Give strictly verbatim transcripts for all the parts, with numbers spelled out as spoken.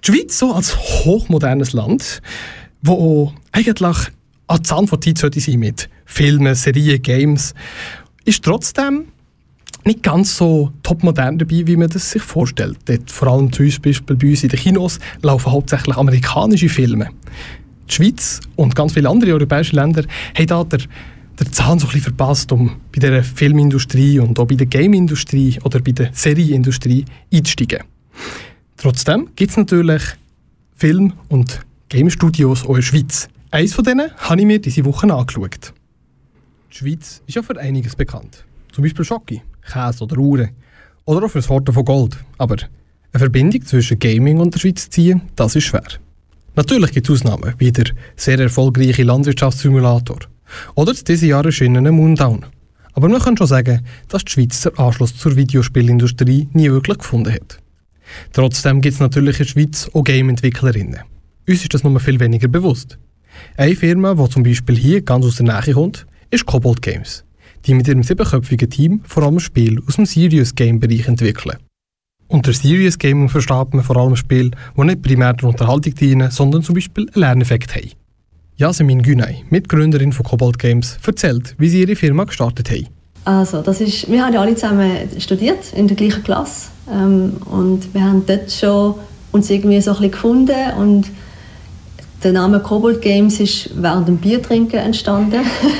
Die Schweiz so als hochmodernes Land, wo eigentlich an die Zahn der Zeit sollte sein mit Filmen, Serien, Games, ist trotzdem nicht ganz so topmodern dabei, wie man das sich vorstellt. Dort, vor allem zum Beispiel bei uns in den Kinos laufen hauptsächlich amerikanische Filme. Die Schweiz und ganz viele andere europäische Länder haben da der, der Zahn so ein bisschen verpasst, um bei der Filmindustrie und auch bei der Gameindustrie oder bei der Serienindustrie einzusteigen. Trotzdem gibt es natürlich Film- und Game-Studios auch in der Schweiz. Eines von denen habe ich mir diese Woche angeschaut. Die Schweiz ist ja für einiges bekannt. Zum Beispiel Schoki, Käse oder Uhren. Oder auch für das Horten von Gold. Aber eine Verbindung zwischen Gaming und der Schweiz zu ziehen, das ist schwer. Natürlich gibt es Ausnahmen, wie der sehr erfolgreiche Landwirtschaftssimulator. Oder das dieses Jahr erschienene Moondown. Aber man kann schon sagen, dass die Schweiz den Anschluss zur Videospielindustrie nie wirklich gefunden hat. Trotzdem gibt es natürlich in der Schweiz auch Game-Entwicklerinnen. Uns ist das noch viel weniger bewusst. Eine Firma, die zum Beispiel hier ganz aus der Nähe kommt, ist Cobalt Games, die mit ihrem siebenköpfigen Team vor allem Spiele aus dem Serious Game-Bereich entwickeln. Unter Serious Gaming versteht man vor allem Spiele, die nicht primär der Unterhaltung dienen, sondern zum Beispiel einen Lerneffekt haben. Yasemin Günay, Mitgründerin von Cobalt Games, erzählt, wie sie ihre Firma gestartet haben. Also, das ist, wir haben ja alle zusammen studiert, in der gleichen Klasse. Ähm, und wir haben dort schon uns irgendwie so ein bisschen gefunden. Und der Name Cobalt Games ist während dem Biertrinken entstanden.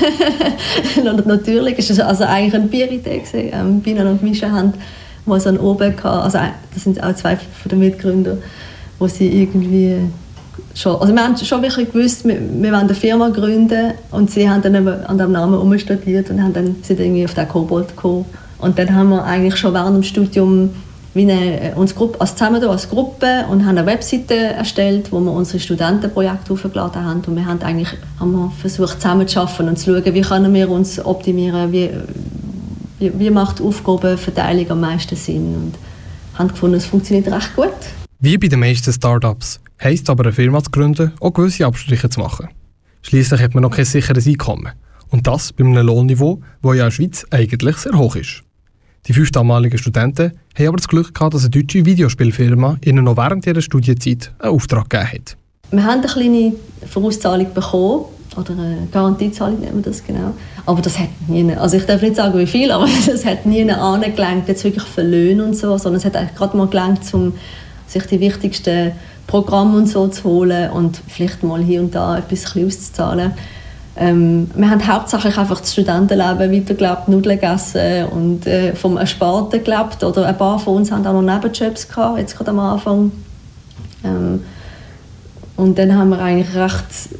Natürlich ist es also eigentlich eine Bieridee gewesen. Ähm, Bienen und Mischa haben mal so einen oben gehabt. Also, das sind auch zwei von den Mitgründern, wo sie irgendwie schon, also wir haben schon wirklich gewusst, wir, wir wollen eine Firma gründen, und sie haben dann an dem Namen umstudiert und haben dann, sind irgendwie auf den Cobalt gekommen. Und dann haben wir eigentlich schon während dem Studium wie eine, uns Gruppe, also zusammen als Gruppe, und haben eine Webseite erstellt, wo wir unsere Studentenprojekte aufgeladen haben. Und wir haben eigentlich haben wir versucht, zusammen zu arbeiten und zu schauen, wie können wir uns optimieren, wie, wie, wie macht die Aufgabenverteilung am meisten Sinn. Und haben gefunden, es funktioniert recht gut. Wie bei den meisten Startups heisst aber, eine Firma zu gründen, auch gewisse Abstriche zu machen. Schliesslich hat man noch kein sicheres Einkommen. Und das bei einem Lohnniveau, das ja in der Schweiz eigentlich sehr hoch ist. Die fünf damaligen Studenten haben aber das Glück gehabt, dass eine deutsche Videospielfirma ihnen noch während ihrer Studienzeit einen Auftrag gegeben hat. Wir haben eine kleine Vorauszahlung bekommen, oder eine Garantiezahlung nennen wir das genau. Aber das hat nie, also ich darf nicht sagen, wie viel, aber das hat nie angelangt, jetzt wirklich für Löhne und so, sondern es hat eigentlich gerade mal gelangt, um sich die wichtigsten Programme und so zu holen und vielleicht mal hier und da etwas auszuzahlen. Ähm, wir haben hauptsächlich einfach das Studentenleben weitergelebt, Nudeln gegessen und äh, vom Ersparten gelebt. Oder ein paar von uns haben auch noch Nebenjobs gehabt, jetzt gerade am Anfang. Ähm, und dann haben wir eigentlich recht,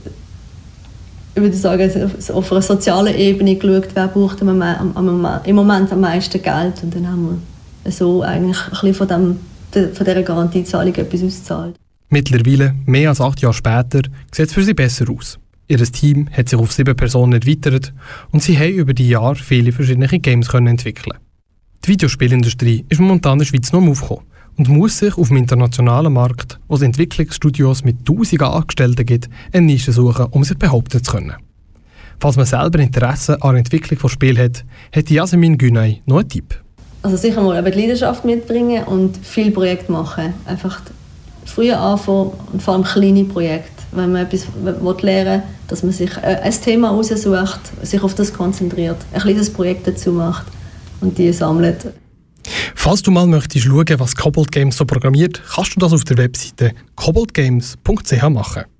ich würde sagen, auf einer sozialen Ebene geschaut, wer braucht im Moment am meisten Geld. Und dann haben wir so eigentlich ein bisschen von, dem, von dieser Garantiezahlung etwas ausgezahlt. Mittlerweile, mehr als acht Jahre später, sieht es für sie besser aus. Ihr Team hat sich auf sieben Personen erweitert und sie haben über die Jahre viele verschiedene Games entwickeln. Die Videospielindustrie ist momentan in der Schweiz noch am Aufkommen und muss sich auf dem internationalen Markt, wo es Entwicklungsstudios mit tausenden Angestellten gibt, eine Nische suchen, um sich behaupten zu können. Falls man selber Interesse an der Entwicklung von Spielen hat, hat Yasemin Günay noch einen Tipp. Also sicher mal die Leidenschaft mitbringen und viele Projekte machen. Einfach früher anfangen und vor allem kleine Projekte. Wenn man etwas lernen will, dass man sich ein Thema aussucht, sich auf das konzentriert, ein kleines Projekt dazu macht und die sammelt. Falls du mal möchtest schauen, was Cobalt Games so programmiert, kannst du das auf der Webseite cobalt games punkt c h machen.